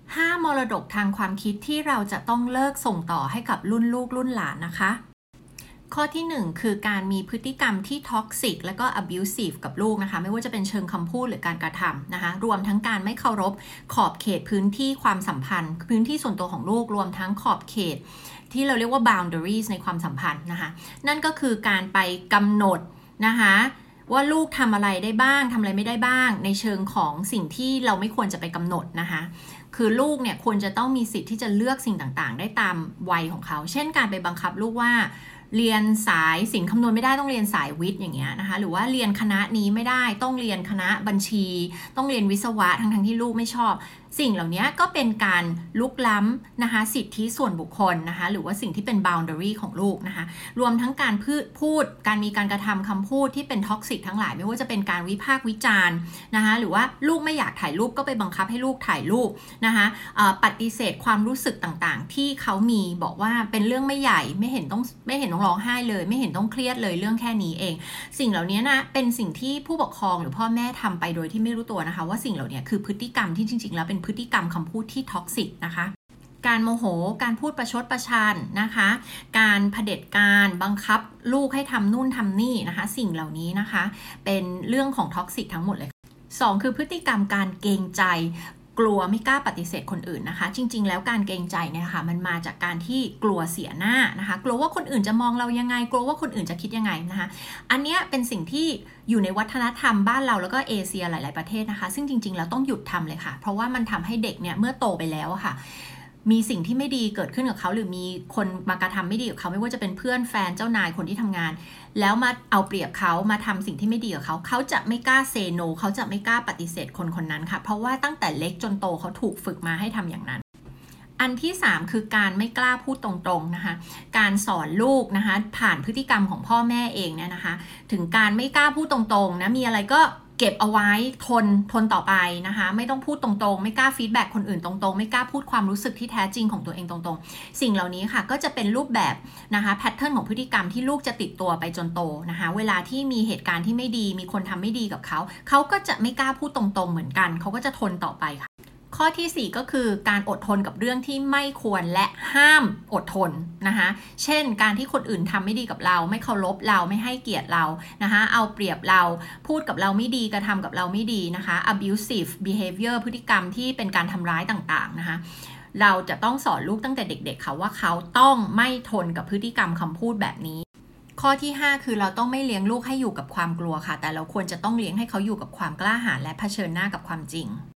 5 มรดกทางความคิดที่เราจะต้องเลิกส่งต่อให้กับรุ่นลูกรุ่นหลานนะคะข้อที่1คือการมีพฤติกรรมที่ท็อกซิกและก็ abusive กับลูกนะคะไม่ว่าจะเป็นเชิงคำพูดหรือการกระทำนะคะรวมทั้งการไม่เคารพขอบเขตพื้นที่ความสัมพันธ์พื้นที่ส่วนตัวของลูกรวมทั้งขอบเขตที่เราเรียกว่า boundaries ในความสัมพันธ์นะคะนั่นก็คือการไปกำหนดนะคะว่าลูกทำอะไรได้บ้างทำอะไรไม่ได้บ้างในเชิงของสิ่งที่เราไม่ควรจะไปกำหนดนะคะคือลูกเนี่ยควรจะต้องมีสิทธิ์ที่จะเลือกสิ่งต่างๆได้ตามวัยของเขาเช่นการไปบังคับลูกว่าเรียนสายศิลป์คำนวณไม่ได้ต้องเรียนสายวิทย์อย่างเงี้ยนะคะหรือว่าเรียนคณะนี้ไม่ได้ต้องเรียนคณะบัญชีต้องเรียนวิศวะทั้งที่ลูกไม่ชอบสิ่งเหล่านี้ก็เป็นการลุกล้ำนะคะสิทธิส่วนบุคคลนะคะหรือว่าสิ่งที่เป็น boundary ของลูกนะคะรวมทั้งการพูดการมีการกระทำคำพูดที่เป็นท็อกซิกทั้งหลายไม่ว่าจะเป็นการวิพากษ์วิจารณ์นะคะหรือว่าลูกไม่อยากถ่ายรูปก็ไปบังคับให้ลูกถ่ายรูปนะคะปฏิเสธความรู้สึกต่างๆที่เขามีบอกว่าเป็นเรื่องไม่ใหญ่ไม่เห็นต้องร้องไห้เลยไม่เห็นต้องเครียดเลยเรื่องแค่นี้เองสิ่งเหล่านี้นะเป็นสิ่งที่ผู้ปกครองหรือพ่อแม่ทำไปโดยที่ไม่รู้ตัวนะคะว่าสิ่งเหล่านี้คือพฤติกรรมที่จริงๆแล้วเป็นพฤติกรรมคำพูดที่ท็อกซิกนะคะการโมโหการพูดประชดประชันนะคะการเผด็จการบังคับลูกให้ทำนู่นทำนี่นะคะสิ่งเหล่านี้นะคะเป็นเรื่องของท็อกซิกทั้งหมดเลย2คือพฤติกรรมการเกรงใจกลัวไม่กล้าปฏิเสธคนอื่นนะคะจริงๆแล้วการเกรงใจเนี่ยค่ะมันมาจากการที่กลัวเสียหน้านะคะกลัวว่าคนอื่นจะมองเรายังไงกลัวว่าคนอื่นจะคิดยังไงนะคะอันนี้เป็นสิ่งที่อยู่ในวัฒนธรรมบ้านเราแล้วก็เอเชียหลายๆประเทศนะคะซึ่งจริงๆแล้วต้องหยุดทำเลยค่ะเพราะว่ามันทำให้เด็กเนี่ยเมื่อโตไปแล้วค่ะมีสิ่งที่ไม่ดีเกิดขึ้นกับเขาหรือมีคนมากระทำไม่ดีกับเขาไม่ว่าจะเป็นเพื่อนแฟนเจ้านายคนที่ทำงานแล้วมาเอาเปรียบเขามาทำสิ่งที่ไม่ดีกับเขาเขาจะไม่กล้าเซโนเขาจะไม่กล้าปฏิเสธคนคนนั้นค่ะเพราะว่าตั้งแต่เล็กจนโตเขาถูกฝึกมาให้ทำอย่างนั้นอันที่3คือการไม่กล้าพูดตรงๆนะคะการสอนลูกนะคะผ่านพฤติกรรมของพ่อแม่เองเนี่ยนะคะถึงการไม่กล้าพูดตรงๆนะมีอะไรก็เก็บเอาไว้ทนต่อไปนะคะไม่ต้องพูดตรงๆไม่กล้าฟีดแบ็กคนอื่นตรงๆไม่กล้าพูดความรู้สึกที่แท้จริงของตัวเองตรงๆสิ่งเหล่านี้ค่ะก็จะเป็นรูปแบบนะคะแพทเทิร์นของพฤติกรรมที่ลูกจะติดตัวไปจนโตนะคะเวลาที่มีเหตุการณ์ที่ไม่ดีมีคนทำไม่ดีกับเขาเขาก็จะไม่กล้าพูดตรงๆเหมือนกันเขาก็จะทนต่อไปค่ะข้อที่4ก็คือการอดทนกับเรื่องที่ไม่ควรและห้ามอดทนนะคะเช่นการที่คนอื่นทำไม่ดีกับเราไม่เคารพเราไม่ให้เกียรติเรานะคะเอาเปรียบเราพูดกับเราไม่ดีกระทำกับเราไม่ดีนะคะ abusive behavior พฤติกรรมที่เป็นการทำร้ายต่างๆนะคะเราจะต้องสอนลูกตั้งแต่เด็กๆค่ะว่าเขาต้องไม่ทนกับพฤติกรรมคำพูดแบบนี้ข้อที่5คือเราต้องไม่เลี้ยงลูกให้อยู่กับความกลัวค่ะแต่เราควรจะต้องเลี้ยงให้เขาอยู่กับความกล้าหาญและเผชิญหน้ากับความจริง